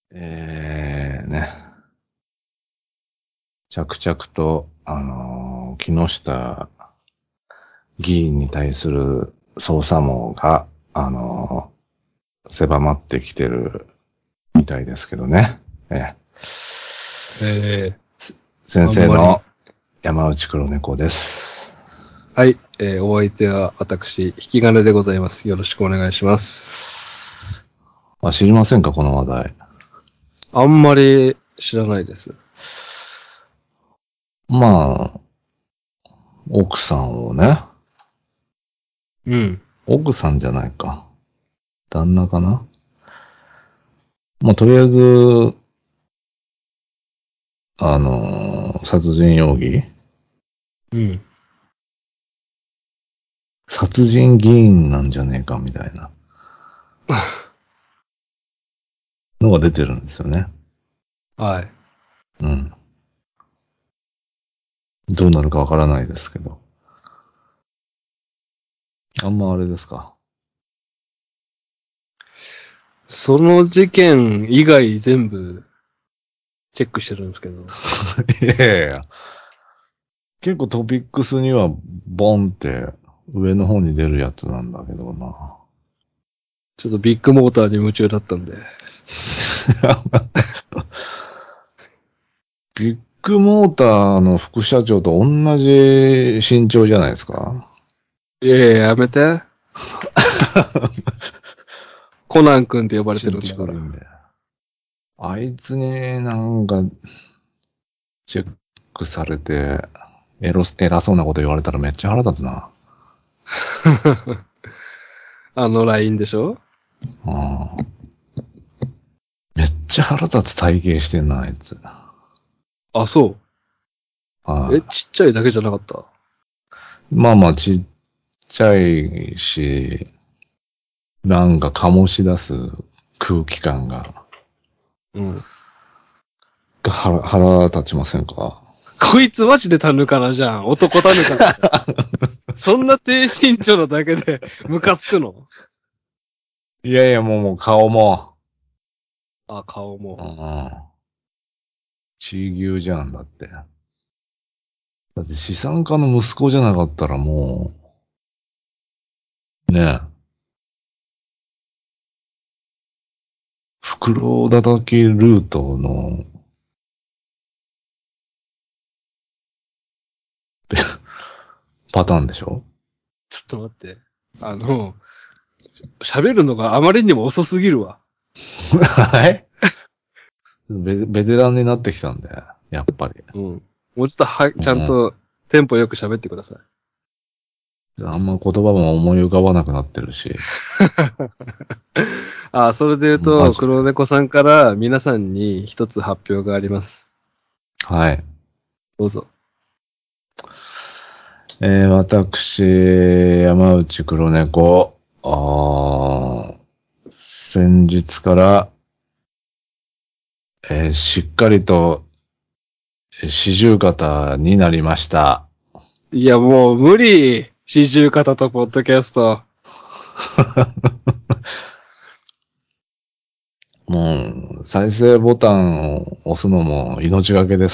ね、着々と、木下議員に対する捜査網が、狭まってきてるみたいですけどね。先生の山内黒猫です。 はい、お相手は私、引き金でございます。よろしくお願いします。 知りませんか、この話題。 あんまり知らないです。 まあ、奥さんをね。 うん。 奥さんじゃないか。旦那かな。まあ、とりあえず、殺人容疑うん。 殺人議員なんじゃねえか、みたいなのが出てるんですよね。 はい。 うん。どうなるかわからないですけど。あんまあれですか。 その事件以外全部チェックしてるんですけど。 いやいや。結構トピックスにはボンって上の方に出るやつなんだけどな。 ちょっとビッグモーターに夢中だったんで。 ビッグモーターの副社長と同じ身長じゃないですか。 いやいや、やめて。コナン君って呼ばれてるんだから。 あいつになんかチェックされて偉そうなこと言われたらめっちゃ腹立つな。 あのラインでしょ？ ああ、めっちゃ腹立つ体型してんな、あいつ。 あ、そう。 はい。 ちっちゃいだけじゃなかった？ まあまあちっちゃいし、なんか醸し出す空気感が、 うん。 腹立ちませんか？ こいつマジでタヌカナじゃん。男タヌカナじゃん。そんな低身長なだけでムカつくの？ いやいや、もう顔も。 あ、顔うも。 ん。地牛じゃんだって。だって資産家の息子じゃなかったらもう、ねえ、袋叩きルートのパターンでしょ？ ちょっと待って。喋るのがあまりにも遅すぎるわ。 はいベテランになってきたんだよ。やっぱり。 うん。もうちょっとうちゃんとテンポよく喋ってください。 あんま言葉も思い浮かばなくなってるし。 それで言うと、 マジで。 黒猫さんから皆さんに一つ発表があります。 はい。 どうぞ。 私、山内黒猫、先日から、しっかりと四十肩になりました。 いや、もう無理。四十肩とポッドキャスト。 もう、再生ボタンを押すのも命がけです。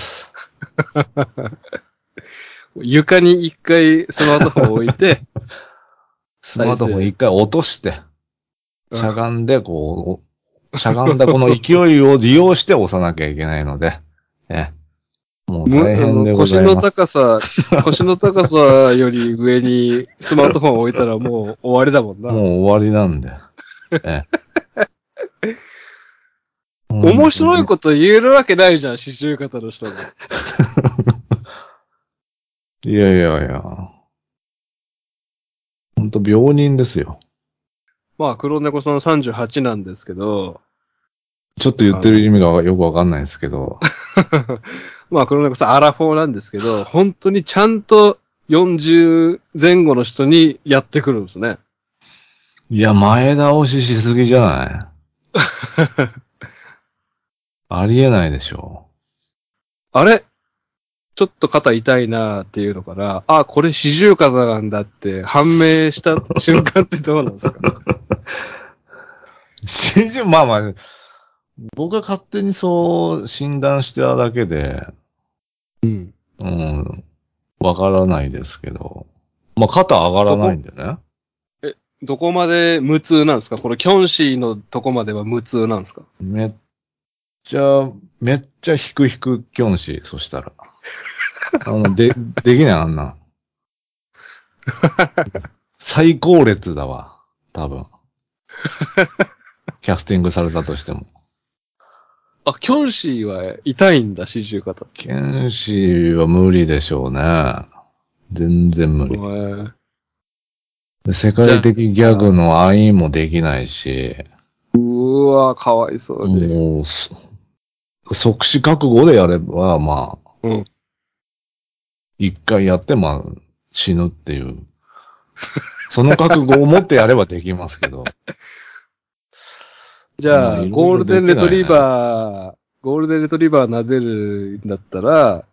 床に一回スマートフォン置いて、 スマートフォン再生。 一回落として、 うん。 しゃがんで、しゃがんだこの勢いを利用して押さなきゃいけないので、もう大変でございます。 腰の高さより上にスマートフォン置いたらもう終わりだもんな。 もう終わりなんで。え本面当に。 白いこと言えるわけないじゃん、四十肩の人が。 いやいやいや。本当病人ですよ。 まあ、黒猫さん38なんですけど、 ちょっと言ってる意味がよくわかんないですけど。 まあ、黒猫さんアラフォーなんですけど、本当にちゃんと40前後の人にやってくるんですね。 いや、前倒ししすぎじゃない？ありえないでしょ。 あれちょっと肩痛いなーっていうのから、これ四十肩なんだって判明した瞬間ってどうなんですか？ まあまあ、 僕が勝手にそう診断してただけで、 うん。 うん、わからないですけど。まあ、肩上がらないんでね。 どこまで無痛なんですか？このキョンシーのとこまでは無痛なんですか？ めっちゃ、めっちゃ低くキョンシー、そしたら。できない、あんな。最高列だわ。多分。キャスティングされたとしても。 あ、キョンシーは痛いんだ、四十肩って。 キョンシーは無理でしょうね。全然無理。で世じゃ界的ギャグあ、 の愛もできないし、 うわ、かわいそうで。 もう、即死覚悟でやれば、まあ、 うん。 一回やって、まあ、死ぬっていう。その覚悟を持ってやればできますけど。まあ、 じゃあ、 いろいろできないね。 ゴールデンレトリバー撫でるんだったら、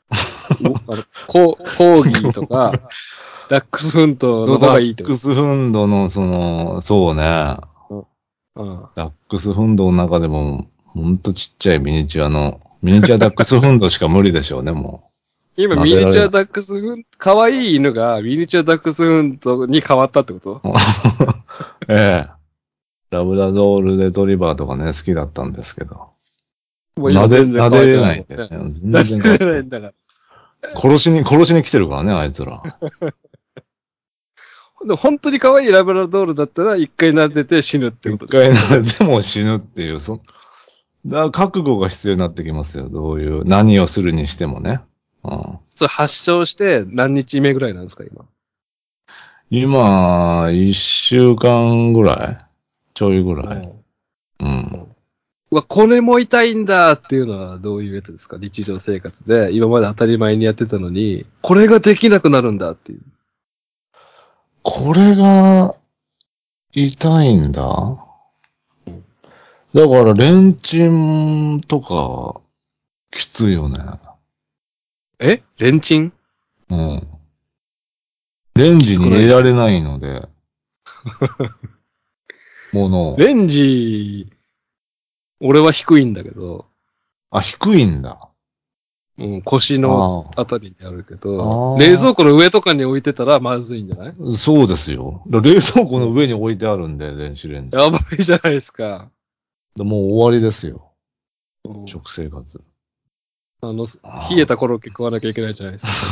コーギーとか、ダックスフントの方ダッがいいってこと。 クスフンドの、そうね。 うん。うん。 ダックスフンドの中でも、ほんとちっちゃいミニチュアダックスフンドしか無理でしょうね、も今、 う。撫ミニチュアでられない。 ダックスフント、可愛い犬がミニチュアダックスフントに変わったってこと？ ええ。ラブラドールレトリバーとかね、好きだったんですけど。 もう今全然撫で可愛くれないんでね。 ないもんね。 全出せ然変わってない。 ないんだから。 殺しに来てるからね、あいつら。 でも本当に可愛いラブラドールだったら一回撫でて死ぬってこ一とでしょ？ 回撫でても死ぬっていう、だから覚悟が必要になってきますよ。どういう、何をするにしてもね。うん、 それ発症して何日目ぐらいなんですか、今。 今、一週間ぐらいちょいぐらい。 うん。 うん。 うわ、これも痛いんだっていうのはどういうやつですか？日常生活で今まで当たり前にやってたのに、これができなくなるんだっていう。 これが痛いんだ。 うん。 だからレンチンとかきついよね。 レンチン？ うん。レンきジにつくないですか？ 入れられないので、ものを。 レンジ、俺は低いんだけど、 あ、低いんだ。 うん、腰のああたりにあるけあ。 ど、冷あ蔵庫の上とかに置いてたらまずいんじゃない？ あ。そうですよ。冷蔵庫のうん。 上に置いてあるんで、電子レンジ。 やばいじゃないですか。 もう終わりですよ。 うん。 食生活。 冷えああ。 たコロッケ食わなきゃいけないじゃないですか。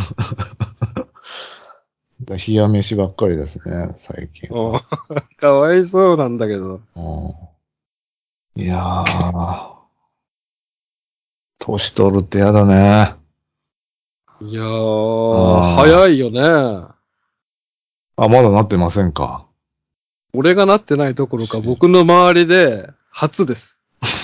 冷や飯ばっかりですね、最近うん。 は。 かわいそうなんだけど。 いやー、年取るってやだね。 いやー、 あ早いよね。 あ、まだなってませんか。 俺がなってないどころかし僕の周りで初です。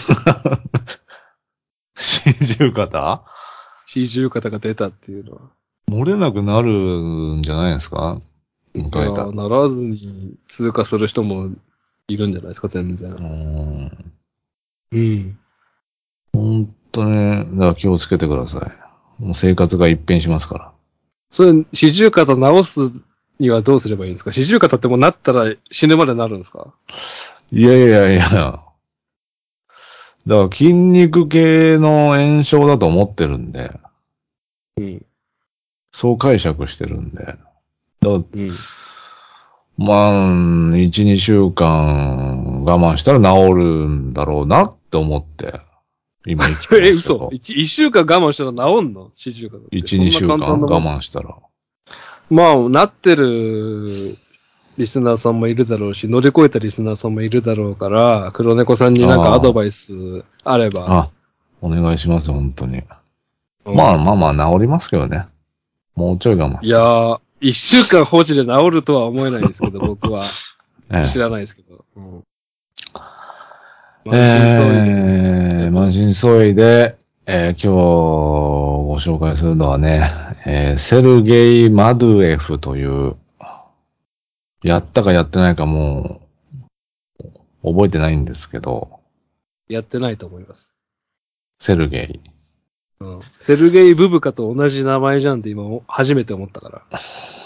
四十肩四十肩が出たっていうのは。 漏れなくなるんじゃないですかいや迎えたら。 ー、ならずに通過する人もいるんじゃないですか、全然。うん。 本当ね、だから気をつけてください。もう生活が一変しますから。 それ、四十肩治すにはどうすればいいんですか？四十肩ってもうなったら死ぬまでなるんですか？ いやいやいや、だから筋肉系の炎症だと思ってるんで、 うん。 そう解釈してるんで。だからうん。 まあ、1、2週間我慢したら治るんだろうなって思って、今生きてますけ嘘。 ど。 一週間我慢したら治んの？四十肩って。 1、 そんな 2週簡単なもん。 間我慢したら。 まあ、なってるリスナーさんもいるだろうし、乗り越えたリスナーさんもいるだろうから、黒猫さんになんかアドあバイスあれば。 あ、お願いします、本当に。 うん。 まあまあまあ治りますけどね。もうちょい我慢いやしたら。 ー、一週間放置で治るとは思えないですけど、僕は。知えらないですけど。うん。満身創痍でやって満身ます。 創痍で、今日ご紹介するのはね、セルゲイ・マドゥエフという、やったかやってないかもう覚えてないんですけど、 やってないと思います。 セルゲイ。 うん。セルゲイ・ブブカと同じ名前じゃんって今初めて思ったから。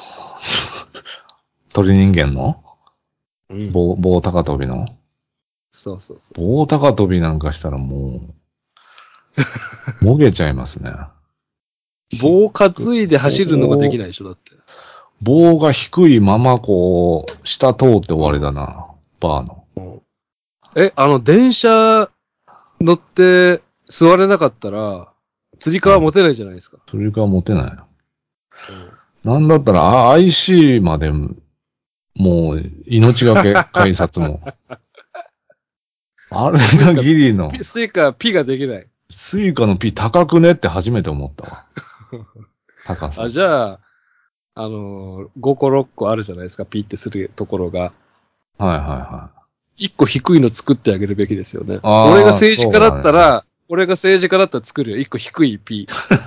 鳥人間のうん。 棒高跳びのそうそうそう。 棒高跳びなんかしたらもう、もげちゃいますね。 棒担いで走るのができないでしょ、だって。 棒が低いままこう、下通って終わりだな。バーの。 電車乗って座れなかったら、釣り革持てないじゃないですか。 それが持てない。 うんなんだったら、IC まで、もう、命がけ、改札も。あれがギリの、 スイカ、ピができない。 スイカの P 高くねって初めて思ったわ。高さ。 じゃあ、5個6個あるじゃないですか、ピってするところが。 はいはいはい。 1個低いの作ってあげるべきですよね。 あー俺が政治家だったそうだら、俺が政治家だったら作るよ。1個低い P。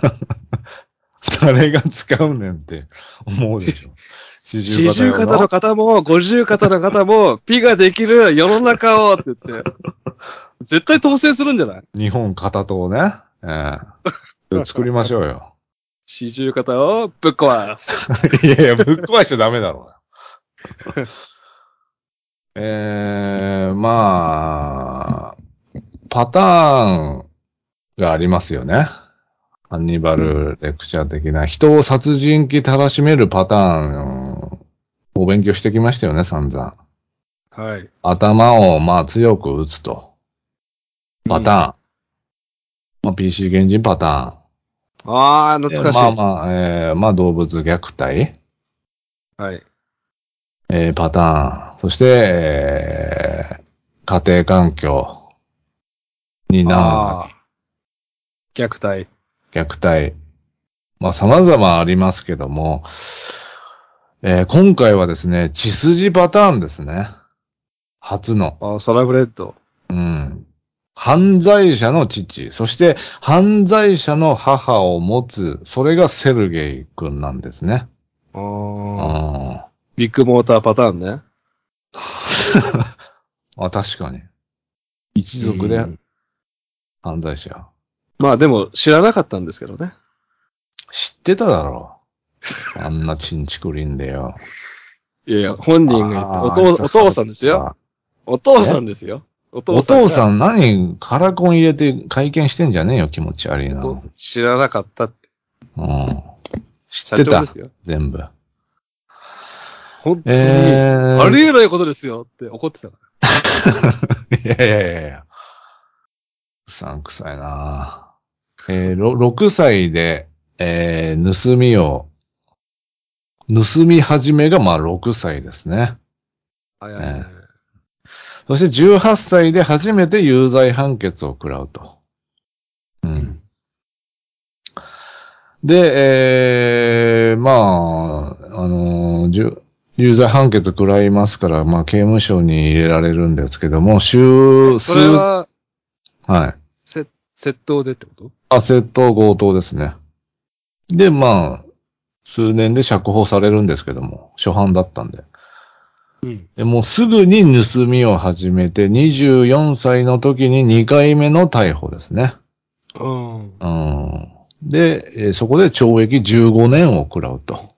誰が使うねんって思うでしょ。四十四十肩の肩用の。 方も、五十肩の方も、P ができる世の中をって言って、絶対当選するんじゃない？ 日本片党ね。作りましょうよ。 四十肩をぶっ壊す。 いやいや、ぶっ壊しちゃダメだろうよ。まあ、パターンがありますよね。ハンニバルレクチャー的な人を殺人鬼たらしめるパターンを勉強してきましたよね、散々。 はい。 頭をまあ強く打つと。パターン。まあ PC 原人パタああ、 ーン。 懐かしい。 まあ動物虐待。 はい。 パターン。そして、家庭環境に難あり。 虐待。 虐待。まあ様々ありますけども、今回はですね、血筋パターンですね。初の。 サラブレッド。 うん。犯罪者の父、そして犯罪者の母を持つ、それがセルゲイ君なんですね。あビッグモーターパターンね。 あ、確かに。一族で犯罪者。 まあでも知らなかったんですけどね。 知ってただろう。あんなチンチクリンでよ。 いやいや、本人が言って、お父さんですよ。お父さんですよ。 お父さん何、カラコン入れて会見してんじゃねえよ、気持ち悪いな。 知らなかったって。 うん。知ってた。全部。 本当に、ありえないことですよって怒ってたから。 いやいやいやいや。うさんくさいな。6歳で、盗み始めがまあ6歳ですね。そして18歳で初めて有罪判決を食らうと。うん。で、有罪判決食らいますから、まあ刑務所に入れられるんですけども、それは、はい。 窃盗でってこと？ 窃盗強盗ですね。で、まあ、数年で釈放されるんですけども、初犯だったんで。でもうすぐに盗みを始めて、24歳の時に2回目の逮捕ですね。で、そこで懲役15年を食らうと。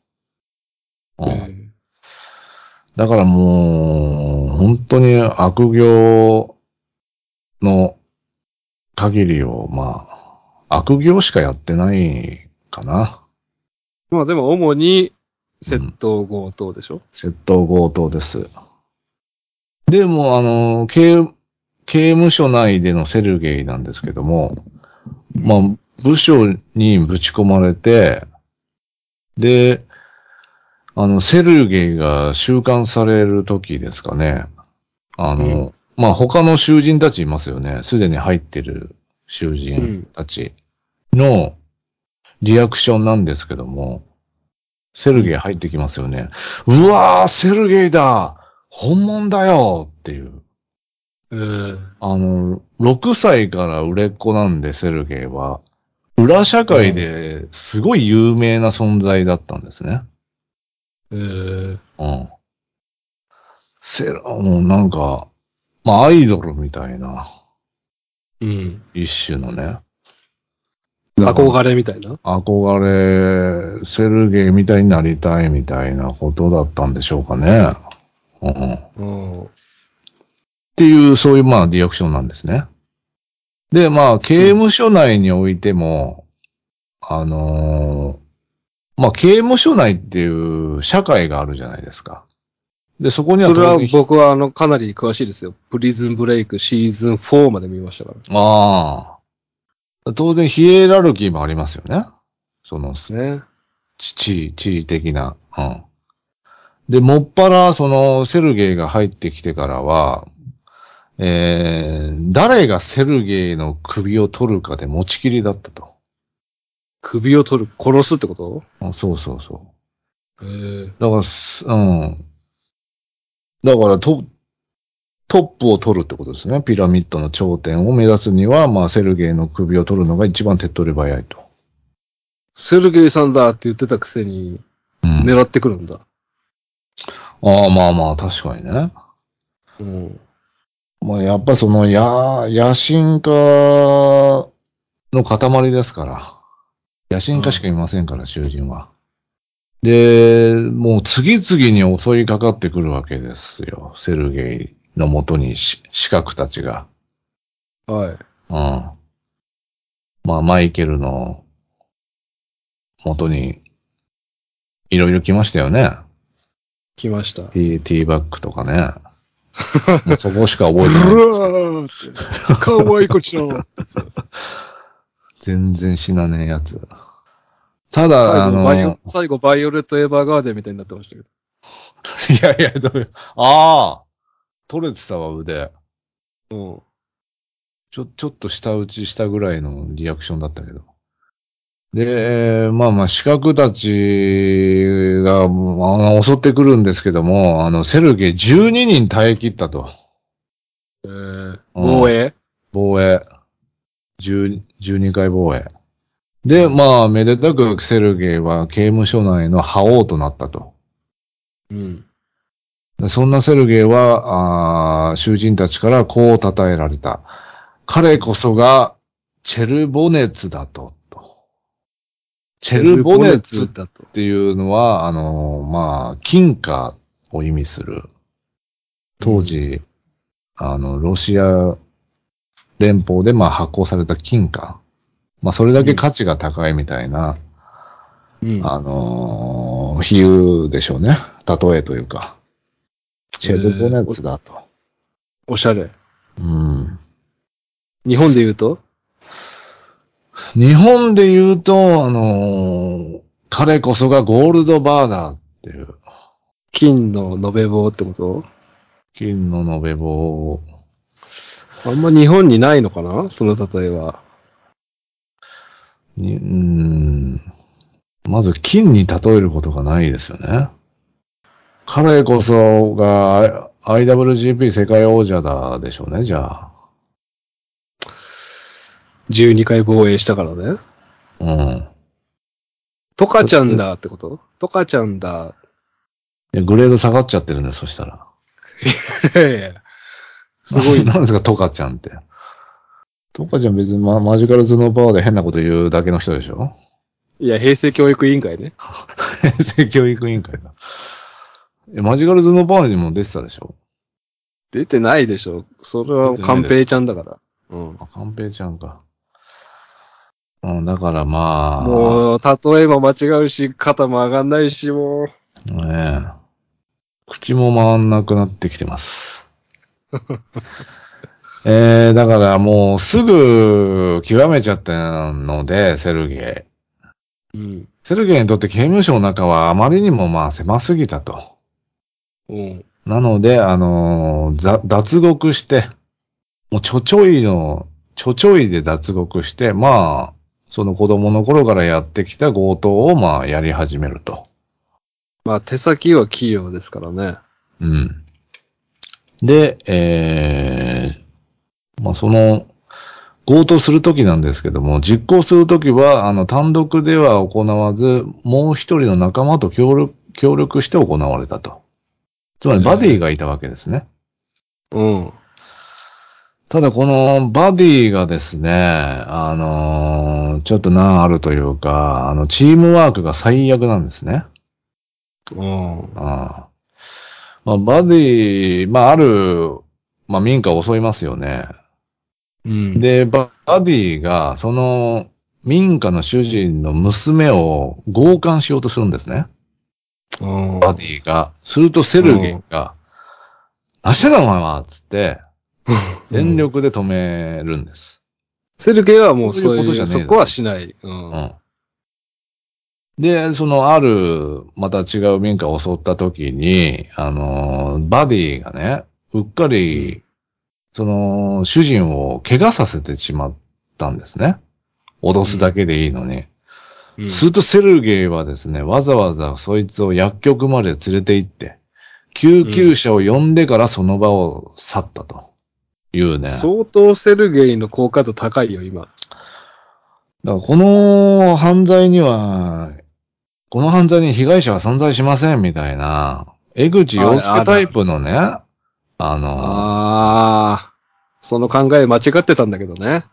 だからもう、本当に悪行の限りを、まあ、悪行しかやってないかな。 まあでも主に窃盗強盗でしょ？ 窃盗強盗です。でも、刑務所内でのセルゲイなんですけども、まあ、部署にぶち込まれて、で、セルゲイが収監される時ですかね。まあ、他の囚人たちいますよね。すでに入ってる囚人たちのリアクションなんですけども、セルゲイ入ってきますよね。うわー、セルゲイだ本物だよっていう。6歳から売れっ子なんで、セルゲイは。裏社会ですごい有名な存在だったんですね。もうなんか、まあアイドルみたいな。一種のね。 憧れみたいな？ 憧れ、セルゲイみたいになりたいみたいなことだったんでしょうかね。 ていう、そういうまあリアクションなんですね。で、まあ刑務所内においても、まあ刑務所内っていう社会があるじゃないですか。で、そこにはそれは当然、 僕はかなり詳しいですよ。プリズンブレイクシーズン4まで見ましたから。 ああ、当然ヒエラルキーもありますよね。その、 ね。 地位的な。うん。で、もっぱら、その、セルゲイが入ってきてからは、誰がセルゲイの首を取るかで持ちきりだったと。 首を取る、殺すってこと？ そうそうそう。 へえ。 だからうん。だからトップを取るってことですね。ピラミッドの頂点を目指すには、まあ、セルゲイの首を取るのが一番手っ取り早いと。 セルゲイさんだって言ってたくせに、 うん。 狙ってくるんだ。 ああ、まあまあ、確かにね。 うん。 まあ、やっぱその、野心家の塊ですから。野心家しかいませんから、囚人は。で、もう次々に襲いかかってくるわけですよ。セルゲイのもとに刺客たちが。 はい。 うん。まあ、マイケルのもとにいろいろ来ましたよね。 来ました。 ティーバッグとかね。もうそこしか覚えてないんですけど。 うわーって。かわいいこちらってやつ。 全然死なねえやつ。ただ、 最後バイオレットエヴァーガーデンみたいになってましたけど。 いやいや、ああ、取れてたわ、腕。 うん。 ちょっと舌打ちしたぐらいのリアクションだったけど。で、まあまあ、刺客たちが、襲ってくるんですけども、セルゲイ12人耐え切ったと。うん。 防衛。 防衛。12回防衛。で、まあ、めでたくセルゲイは刑務所内の覇王となったと。 うん。 そんなセルゲイは、囚人たちからこう称えられた。彼こそが、チェルボネツだと。チェルボネツっだと。 ていうのは、まあ、金貨を意味する。当時、ロシア連邦でまあ発行された金貨。まあ、それだけ価値が高いみたいな、 うん。 比喩でしょうね。例えというか。チェルボネツだと。 おしゃれ。 うん。 日本で言うと日本で言うと、彼こそがゴールドバーダーっていう、 金の延べ棒ってこと？ 金の延べ棒。 あんま日本にないのかなその例えは。 まず金に例えることがないですよね。彼こそが IWGP 世界王者だでしょうね、じゃあ。 12回防衛したからね。 うん。 トカちゃんだってこと？トカちゃんだ。 グレード下がっちゃってるんで、そしたら。 いやいやすごいな。 なんですか、トカちゃんって。トカちゃん別にマジカル頭脳パワーで変なこと言うだけの人でしょ？ いや、平成教育委員会ね。 平成教育委員会が。マジカル頭脳パワーにも出てたでしょ？ 出てないでしょ。それはカンペイちゃんだから。うん。 カンペイちゃんか。うん、だからまもう、例えば間違うし、肩も上がんないし、もあ、ねえ、口も回んなくなってきてます。だからもうすぐ極めちゃったので、セルゲイ。 う。うん。 セルゲイにとって刑務所の中はあまりにもまあ狭すぎたと。 うん。 なので、脱獄して、もうちょちょいで脱獄して、まあ、その子供の頃からやってきた強盗をまあやり始めると。 まあ、手先は器用ですからね。 うん。で、まあその、強盗するときなんですけども、実行するときは、単独では行わず、もう一人の仲間と協力して行われたと。つまり、バディがいたわけですね。 うん。 ただ、このバディがですね、ちょっと難あるというか、チームワークが最悪なんですね。 うん。 ああ。まあ、バディ、まあ、あるまあ民家を襲いますよね。 うん。 で、バディが、その民家の主人の娘を強姦しようとするんですね。バディが。するとセルゲイが、何してんだお前はつって、全力で止めるんです。 セルゲイはもうそういうことじゃねえだろそこはしない。うん。 うん。で、そのある、また違う民家を襲った時に、バディがね、うっかり、その、主人を怪我させてしまったんですね。脅すだけでいいのに。 うん。 するとセルゲイはですね、わざわざそいつを薬局まで連れて行って、救急車を呼んでからその場を去ったというね。 相当セルゲイの好感度高いよ、今。 だからこの犯罪に被害者は存在しませんみたいな、江口洋介タイプのね、 ああ、その考え間違ってたんだけどね。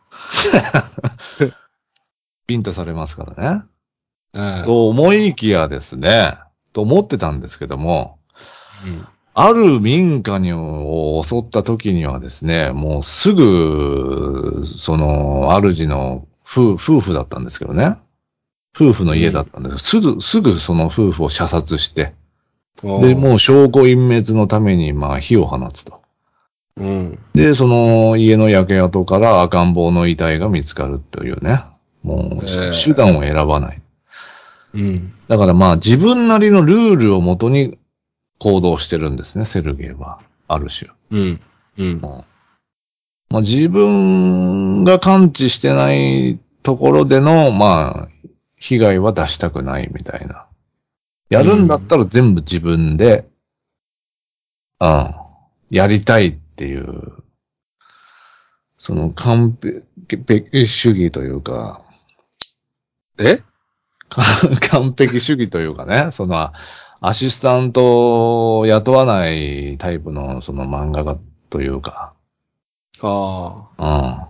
ビンタされますからね。 うん。 と思いきやですね、と思ってたんですけども、 うん。 ある民家を襲った時にはですね、もうすぐ、その、主の夫婦だったんですけどね。夫婦の家だったんです。すぐその夫婦を射殺して、で、もう証拠隠滅のために、まあ、火を放つと。 うん。 で、その家の焼け跡から赤ん坊の遺体が見つかるというね。もう、手段を選ばない。 うん。 だからまあ、自分なりのルールをもとに行動してるんですね、セルゲイは。ある種。 うん。うん。 まあ、自分が感知してないところでの、まあ、被害は出したくないみたいな。やるんだったら全部自分で、うん、やりたいっていう、その完璧主義というか、 え完璧主義というかね、その、アシスタントを雇わないタイプのその漫画家というか、 ああ。 うん。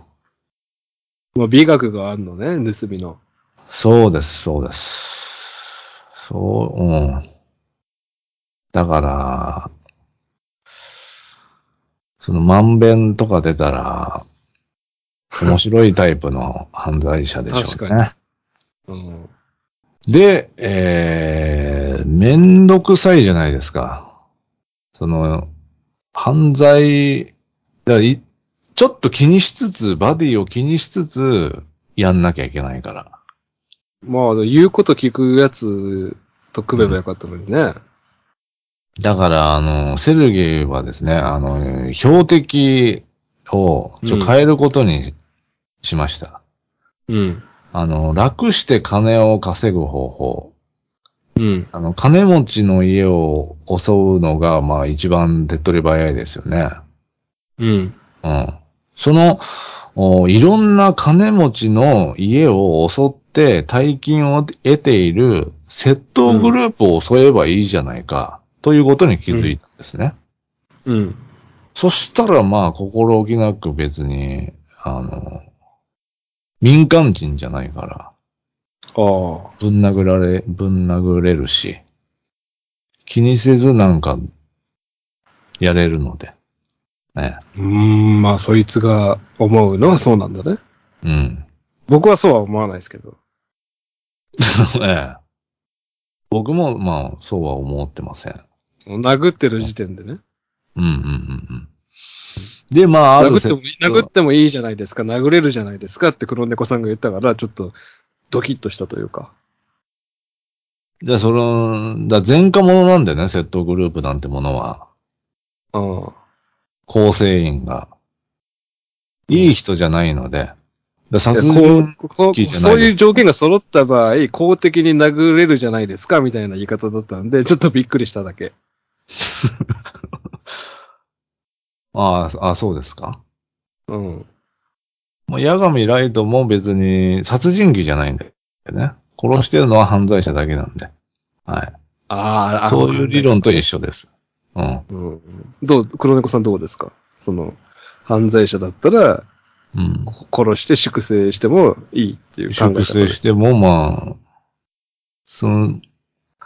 まあ、美学があるのね、盗みの。 そうです、そうです。そう、うん。だから、そのまんべんとか出たら、面白いタイプの犯罪者でしょ確かに。 うね。 うん。 で、めんどくさいじゃないですか。その、犯罪、だからちょっと気にしつつ、バディを気にしつつ、やんなきゃいけないから。 まあ、言うこと聞くやつと組めばよかったのにね。 だから、セルゲイはですね、標的を変えることにしました。 うん。 楽して金を稼ぐ方法。 うん。 金持ちの家を襲うのが、まあ一番手っ取り早いですよね。 うん。 うん。その、いろんな金持ちの家を襲って大金を得ている窃盗グループを襲えばいいじゃないか、ということに気づいたんですね。 うん。 そしたらまあ心置きなく別に、民間人じゃないから、 ああ。 ぶん殴れるし、気にせずなんかやれるので。ね。 まあ、そいつが思うのはそうなんだね。 うん。 僕はそうは思わないですけど。 ええ。僕もまあそうは思ってません。 殴ってる時点でね。 うんうんうんうん。で、まああるセッ殴っト、 てもいいじゃないですか、殴れるじゃないですかって黒猫さんが言ったから、ちょっとドキッとしたというか。 じゃあ前科者なんでね、窃盗グループなんてものは、 ああ。 構成員が、いい人じゃないので、殺人鬼じゃなそういういです。 条件が揃った場合、公的に殴れるじゃないですかみたいな言い方だったんで、ちょっとびっくりしただけ。 そうですか。 うん。 もう、八神ライトも別に殺人鬼じゃないんだよね。殺してるのは犯罪者だけなんで。はい。 ああ、アホそういう考理論と一え方ね。 緒です。うん。 うん。黒猫さんどうですか？その、犯罪者だったら、 うん。 殺して粛清してもいいっていう考粛え方です。 清しても、まあ、その、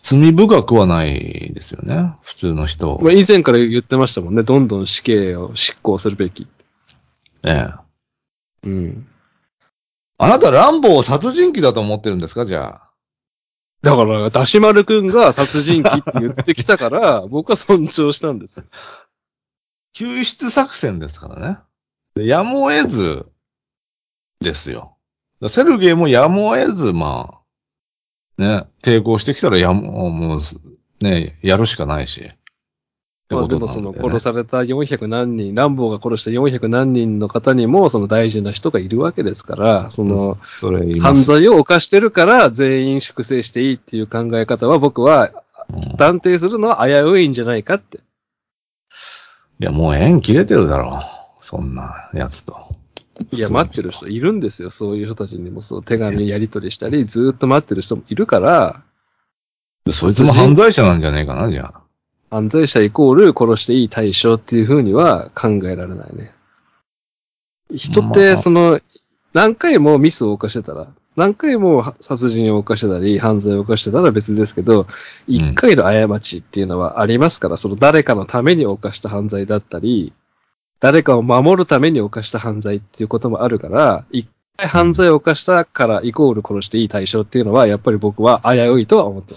罪深くはないですよね。普通の人。 まあ、以前から言ってましたもんね。どんどん死刑を執行するべき。 ええ。 うん。 あなた、ランボーを殺人鬼だと思ってるんですかじゃあ。 だから、ダシマルくんが殺人鬼って言ってきたから、僕は尊重したんです。 救出作戦ですからね。でやむを得ず、ですよ。セルゲイもやむを得ず、まあ、ね、抵抗してきたらもう、ね、やるしかないし。ってまあことでもそのなんだよね。 殺された400何人、ランボーが殺した400何人の方にもその大事な人がいるわけですから、そのそれ言いま犯すよ。 罪を犯してるから全員粛清していいっていう考え方は僕は断定するのは危ういんじゃないかって。 いや、もう縁切れてるだろう。そんなやつと。 いや、待ってる人いるんですよ。そういう人たちにもそう手紙やり取りしたり、ずーっと待ってる人もいるから、 そいつも犯罪者なんじゃねえかな、じゃあ。 犯罪者イコール殺していい対象っていうふうには考えられないね。人ってその何回もミスを犯してたら、何回も殺人を犯してたり、犯罪を犯してたら別ですけど、一回の過ちっていうのはありますから、その誰かのために犯した犯罪だったり、誰かを守るために犯した犯罪っていうこともあるから、一回犯罪を犯したからイコール殺していい対象っていうのは、やっぱり僕は危ういとは思ってます。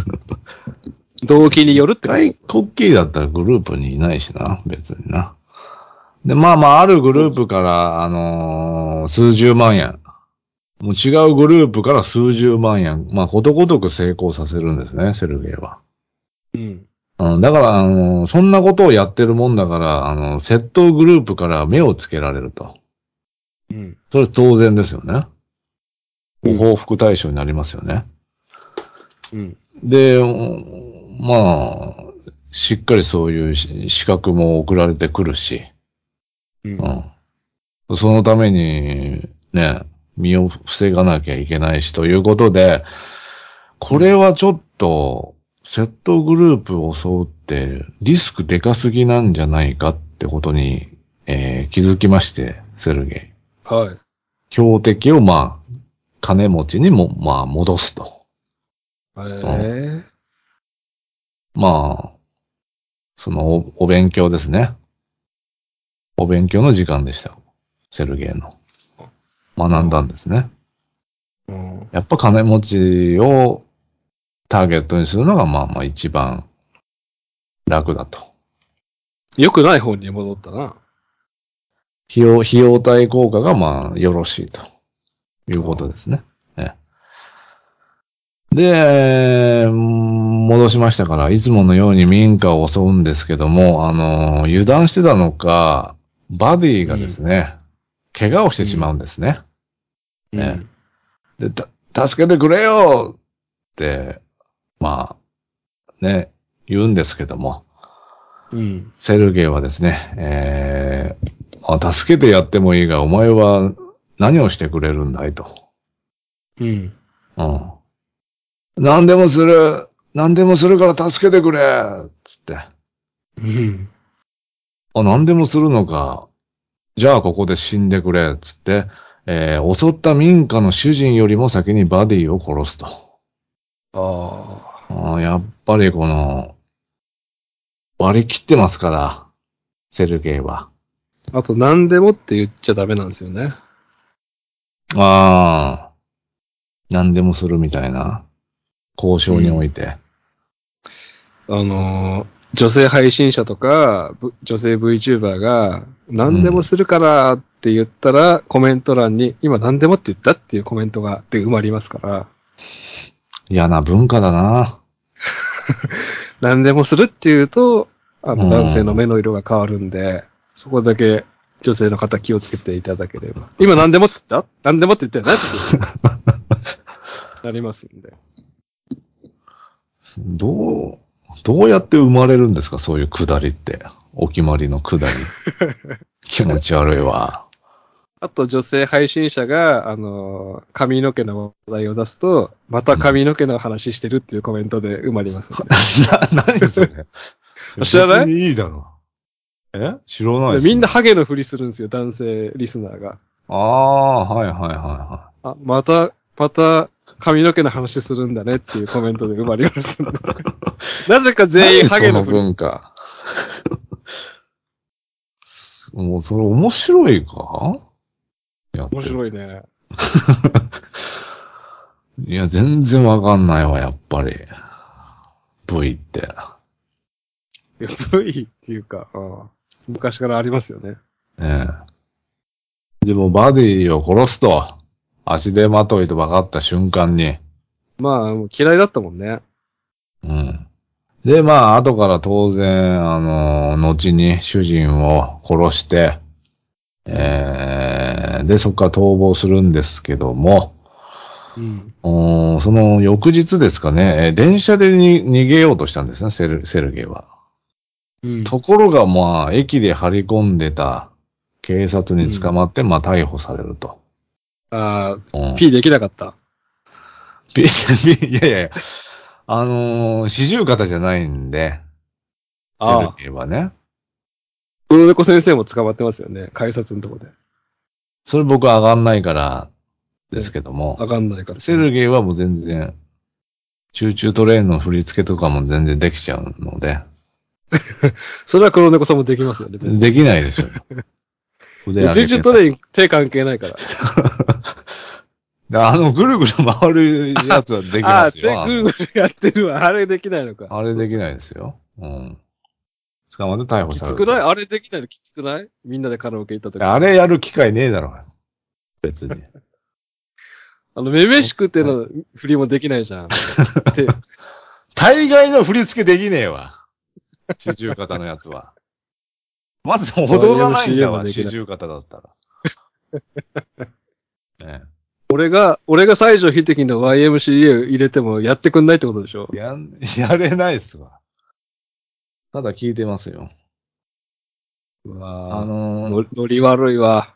動機によるってこと。 一回コッキーだったらグループにいないしな、別にな。で、まあまあ、あるグループから、数十万円。もう違うグループから数十万円。まあ、ことごとく成功させるんですね、セルゲイは。 うん。 だから、そんなことをやってるもんだから、窃盗グループから目をつけられると。 うん。 それ当然ですよね。 うん報復対象になりますよね。 うん。 で、まあ、しっかりそういう資格も送られてくるし、 うん。 そのために、ね、身を防がなきゃいけないしということで、これはちょっと、窃盗グループを襲うってリスクでかすぎなんじゃないかってことに、気づきまして、セルゲイ。 はい。 標的をまあ、金持ちにもまあ戻すと。 ええまあ、そのお勉強ですね。お勉強の時間でした。セルゲイの。学んだんですね。 うん。 やっぱ金持ちをターゲットにするのがまあまあ一番楽だと。 良くない方に戻ったな。 費用対効果がまあよろしいということですね。で、戻しましたから、いつものように民家を襲うんですけども、油断してたのか、バディがですね、怪我をしてしまうんですね。 うん。 で、助けてくれよって、まあ、ね、言うんですけども、 うん。 セルゲイはですね、助けてやってもいいが、お前は何をしてくれるんだいと。 うん。 うん。何でもするから助けてくれつって。 うん。 何でもするのか。じゃあここで死んでくれつって、襲った民家の主人よりも先にバディを殺すと。 ああ。 やっぱりこの、割り切ってますから、セルゲイは。 あと、何でもって言っちゃダメなんですよね。 ああ、何でもするみたいな。交渉において。 女性配信者とか、女性 VTuber が、何でもするからって言ったら、コメント欄に、今何でもって言ったっていうコメントが、で埋まりますから、 嫌な文化だな。 何でもするって言うと、 うん。 男性の目の色が変わるんで、そこだけ女性の方気をつけていただければ。今何でもって言った何でもって言ったよねってなりますんで。 どうやって生まれるんですかそういうくだりって。お決まりのくだり。気持ち悪いわ。 あと女性配信者が、髪の毛の話題を出すと、また髪の毛の話してるっていうコメントで埋まりますんで。 何それ知らない別にいいだろ。知らないでですね。 みんなハゲのふりするんですよ、男性リスナーが。 ああ、はいはいはいはまた、 髪の毛の話するんだねっていうコメントで埋まりますので。なぜか全員ハゲのその文化。もうそれ面白いか面白いね。 いや、全然わかんないわ、やっぱり。V って。 いや V っていうか、昔からありますよね。 ねえ。でもバディを殺すと、足手まといと分かった瞬間に。 まあ、もう嫌いだったもんね。 うん。で、まあ、後から当然、後に主人を殺して、で、そこから逃亡するんですけども、 うん。 その翌日ですかね、電車で逃げようとしたんですね、セルゲイは。 うん。 ところが、まあ、駅で張り込んでた警察に捕まって、まあ、逮捕されると。 ああ、 うん。 P できなかった。 いやいやいや、四十肩じゃないんで、セルああ。 ゲイはね。 黒猫先生も捕まってますよね。改札のとこで。 それ僕は上がんないからですけども、 わかんないから。 セルゲイはもう全然、チューチュートレインの振り付けとかも全然できちゃうので、 それは黒猫さんもできますよね、別に。 できないでしょ。腕上チューチュげてートレイン手関係ないから。 ぐるぐる回るやつはできますよ。 ああ、ぐるぐるやってるわ。あれできないのか。 あれできないですよ。うん。捕まって逮捕されると。 きつくないあれできないのきつくないみんなでカラオケ行った時。 あれやる機会ねえだろ。別に。 めめしくての振りもできないじゃん。 大概の振り付けできねえわ。四十肩のやつは。まず踊らないんだわ、四十肩だったら。ね、 俺が西城秀樹の YMCA 入れてもやってくんないってことでしょやれないっすわ。ただ聞いてますよ。 うわノリ悪いわ。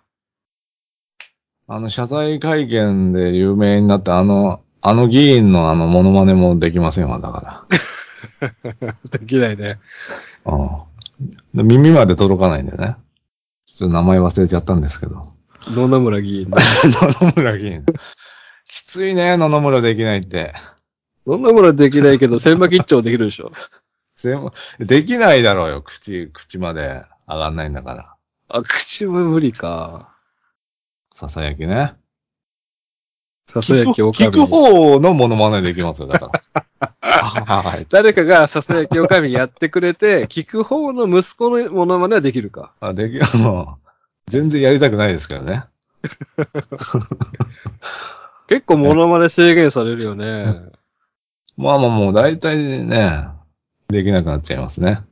謝罪会見で有名になった議員のモノマネもできませんわ、だかできないね。 ら。うん。耳まで届かないんでね。ちょっと名前忘れちゃったんですけど。 野々村議員、ね。 野々村議員。きついね、野々村できないって。 野々村できないけど、千葉吉兆できるでしょ。 できないだろうよ、口まで上がんないんだから。 あ、口は無理か。 ささやきね。 ささやきおかみ。 聞く方のモノマネできますよ、だから。はい。 誰かがささやきおかみやってくれて、聞く方の息子のモノマネはできるか。 全然やりたくないですけどね。 結構モノマネ制限されるよね。 まあもう大体ね、できなくなっちゃいますね。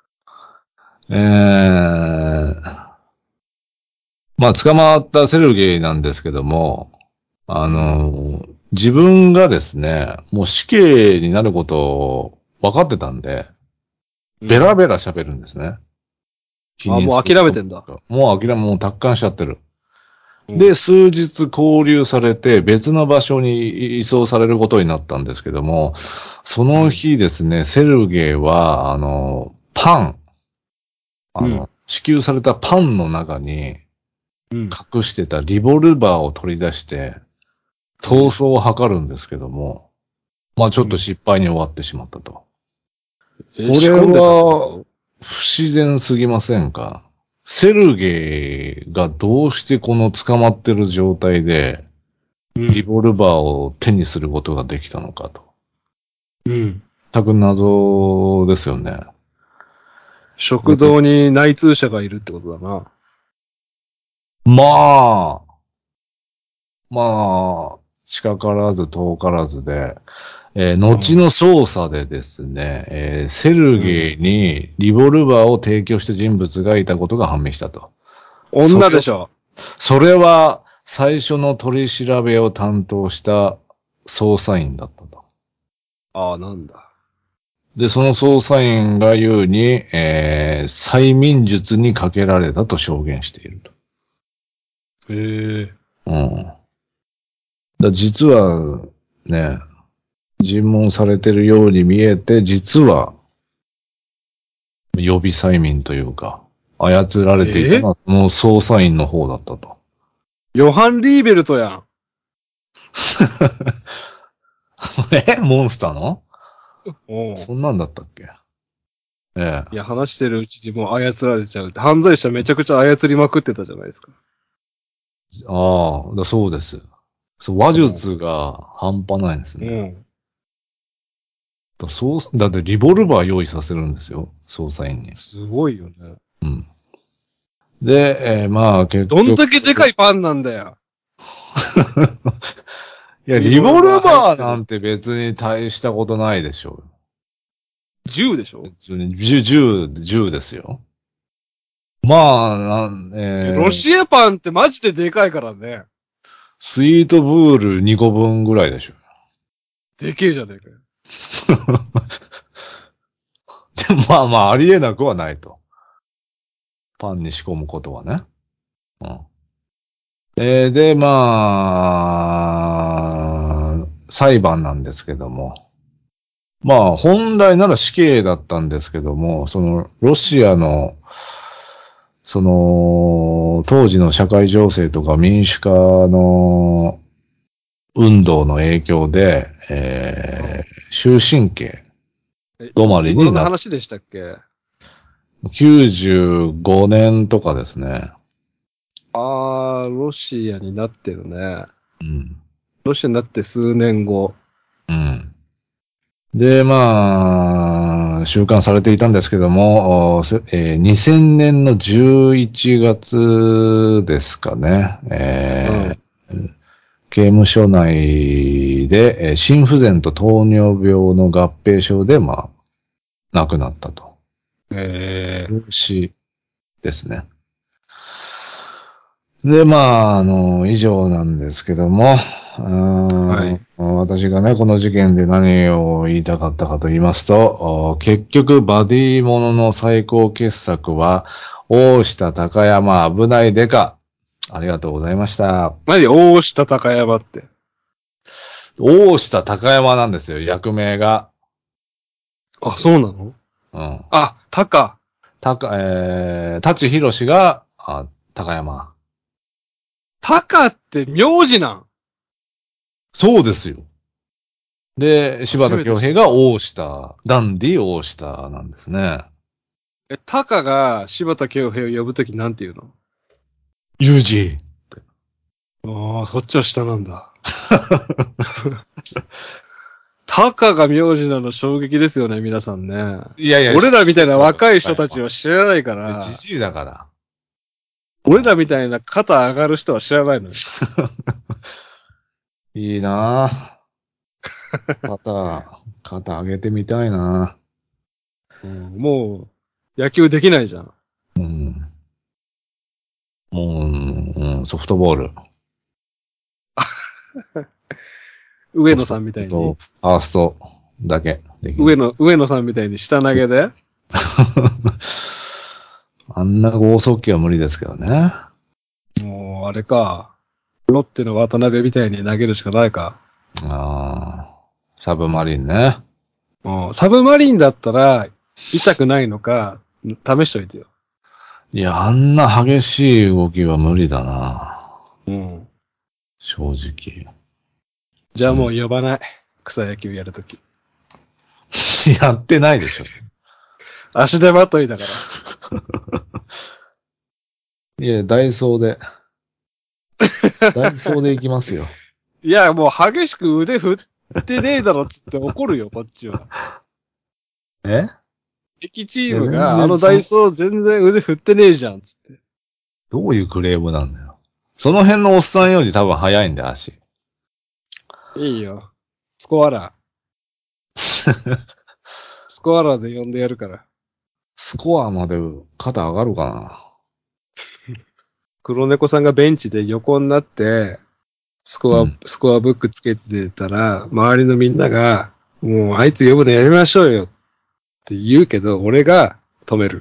まあ捕まったセルゲイなんですけども、自分がですね、もう死刑になることを分かってたんで、ベラベラ喋るんですね。 もう諦めてんだ。 もう達観しちゃってる。で、数日交流されて別の場所に移送されることになったんですけども、その日ですね、セルゲイは、パン、支給されたパンの中に隠してたリボルバーを取り出して、逃走を図るんですけども、まあちょっと失敗に終わってしまったと。これは不自然すぎませんか？セルゲイがどうしてこの捕まってる状態で、リボルバーを手にすることができたのかと。全く謎ですよね。 食堂に内通者がいるってことだな。 まあ、近からず遠からずで、後の捜査でですね、セルゲイにリボルバーを提供した人物がいたことが判明したと。 女でしょ。 それは最初の取り調べを担当した捜査員だったと。 ああ、なんだ。 で、その捜査員が言うに、催眠術にかけられたと証言していると。 へえ。 実は、ね、尋問されてるように見えて、実は、予備催眠というか、操られていたのは、その捜査員の方だったと。 ヨハン・リーベルトやん。 モンスターのおそんなんだったっけ？えいや、話してるうちにもう操られちゃうって。犯罪者めちゃくちゃ操りまくってたじゃないですか。 そうです。そう、話術が半端ないんですね。 ん。 だってリボルバー用意させるんですよ、捜査員に。 すごいよね。 うん。で、まあ結局。 どんだけでかいパンなんだよ。 いや、リボルバーなんて別に大したことないでしょう。 銃でしょ？ 別に、銃ですよ。まあ、 いや、ロシアパンってマジででかいからね。 スイートブール2個分ぐらいでしょ。 でけえじゃねえかよ。 でもまあまあ、ありえなくはないと。パンに仕込むことはね。うん。で、まあ、裁判なんですけども。まあ、本来なら死刑だったんですけども、ロシアの、当時の社会情勢とか民主化の運動の影響で、終身刑止まいつ頃のりに話でしたっけ？ 95年とかですね。 あー、ロシアになってるね。 うん。 ロシアになって数年後。 うん。で、まあ、収監されていたんですけども、2000年の11月ですかね。 うん。 刑務所内で、心不全と糖尿病の合併症で、まあ、亡くなったと。 え病死ですね。で、まあ、以上なんですけども、 はい。 私がね、この事件で何を言いたかったかと言いますと、結局、バディものの最高傑作は、大下高山危ないでか。ありがとうございました。 何大下高山って。 大下高山なんですよ、役名が。 あ、そうなの？ うん。 あ、高。 舘ひろしが、高山。 高って名字なん？ そうですよ。で、柴田初めて恭平が知った。 大下、ダンディ大下なんですね。 高が柴田恭平を呼ぶときなんて言うの？ ユージ。 ああ、そっちは下なんだ。高が名字なの衝撃ですよね、皆さんね。 いやいや、知って俺らみたいるでしょ、 な若い人たち高山。 は知らないかじら、 じいだから。 俺らみたいな肩上がる人は知らないのよ。 いいなぁ。肩上げてみたいなうん、もう、野球できないじゃん。 ぁ。うん。もう、うん、ソフトボール。 上野さソフトボんみたいに。 ールと、ファーストだけできる。 上野さんみたいに下投げで。 あんな剛速球は無理ですけどね。 もう、あれか。ロッテの渡辺みたいに投げるしかないか。 ああ、サブマリンね。 うん、サブマリンだったら、痛くないのか、試しといてよ。 いや、あんな激しい動きは無理だな。 うん。 正直。 じゃあもううん。 呼ばない。草野球やるとき。 やってないでしょ。 足手まといだから。 いや、ダイソーで。ダイソーで行きますよ。 いや、もう激しく腕振ってねえだろっつって怒るよ、こっちは。 え敵チいや、 ームが、あ全然のダイソー全然腕振ってねえじゃん、つって。 どういうクレームなんだよ。その辺のおっさんより多分速いんだよ、足。 いいよ。スコアラー。スコアラーで呼んでやるから。 スコアまで肩上がるか黒猫さんがベンチで横になって、 な。うん。 スコアブックつけてたら、周りのみんなが、もうあいつ呼ぶのやめましょうよって言うけど、俺が止める。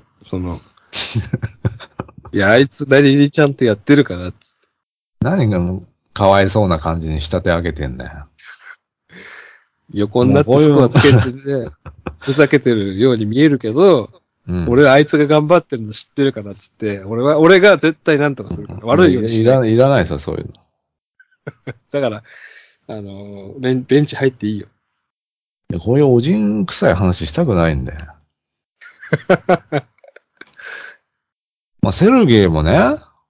いや、あいつなりにちゃんとやってるからっつって。 何がかわいそうな感じに仕立て上げてんだよ。 横になってもうこういう、 スコアつけてて、ふざけてるように見えるけど、 うん。 俺はあいつが頑張ってるの知ってるからっつって、俺が絶対なんとかするから。悪いようにしない。 いらないですよ、そういうの。 だから、ベンチ入っていいよ。 でこういうおじん臭い話したくないんで。まあ、セルゲイもね、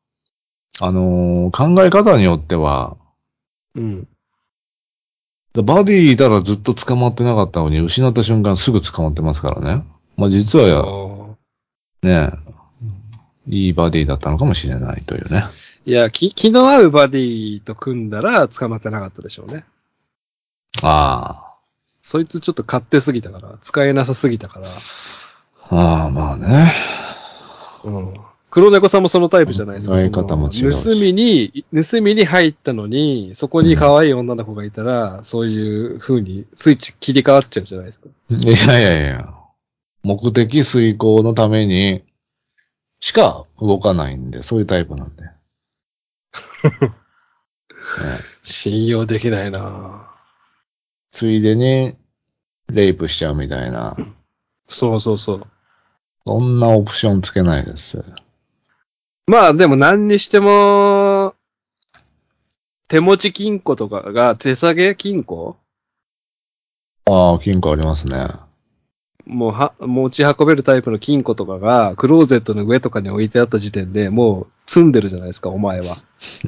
考え方によっては、 うん。 バディいたらずっと捕まってなかったのに、失った瞬間すぐ捕まってますからね。まあ、実はおーね、いいバディだったのかもしれないというね。 いや、気の合うバディと組んだら捕まってなかったでしょうね。 あそいつちょっと勝手すぎたから、使えなさすぎたから。 あ。ああ、まあね。 うん。黒猫さんもそのタイプじゃないですか。 考え方も違うし。 盗みに入ったのに、そこに可愛い女の子がいたら、そういう風にスイッチ切り替わっちゃうじゃないですか。 いやいやいや。目的遂行のためにしか動かないんで、そういうタイプなんで。ね、 信用できないなついでに、レイプしちゃうみたいな。 そうそうそう。 そんなオプションつけないです。 まあでも何にしても、手持ち金庫とかが手提げ金庫ああ、金庫ありますね。 もう持ち運べるタイプの金庫とかがクローゼットの上とかに置いてあった時点でもう積んでるじゃないですか、お前は。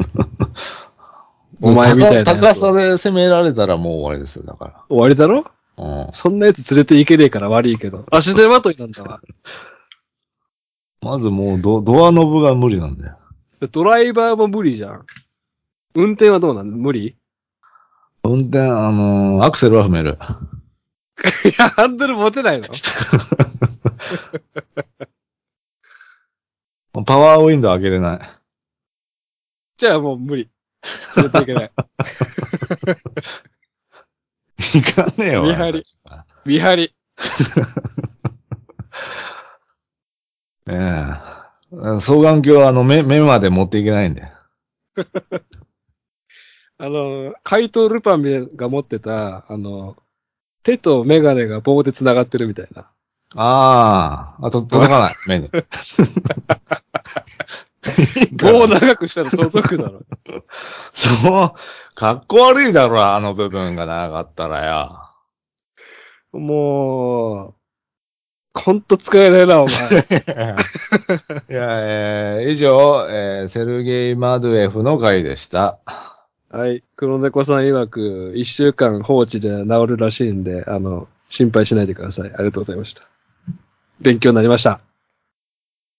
お前みたいなやつを。 高さで攻められたらもう終わりですよ、だか終わりだろら。うん。 そんなやつ連れて行けねえから悪いけど。足手まといなんだわ。 まずもうドアノブが無理なんだよ。 ドライバーも無理じゃん。運転はどうなん無理い運転、アクセルは踏める。 や、ハンドル持てないのパワーウィンドウ開けれない。 じゃあもう無理。連れて行けない。 行かねえよ、 見張り。見張り。 ねえ。双眼鏡は目まで持っていけないんで。 怪盗ルパンが持ってた、手とメガネが棒で繋がってるみたいな。 届かない、目に。 棒を長くしたら届くだろ。 そう、かっこ悪いだろ、あの部分が長かったらよ。 もう、ほんと使えないな、お前。 いや、以上、セルゲイ・マドゥエフの回でした。 はい。黒猫さん曰く、一週間放置で治るらしいんで、心配しないでください。ありがとうございました。勉強になりました。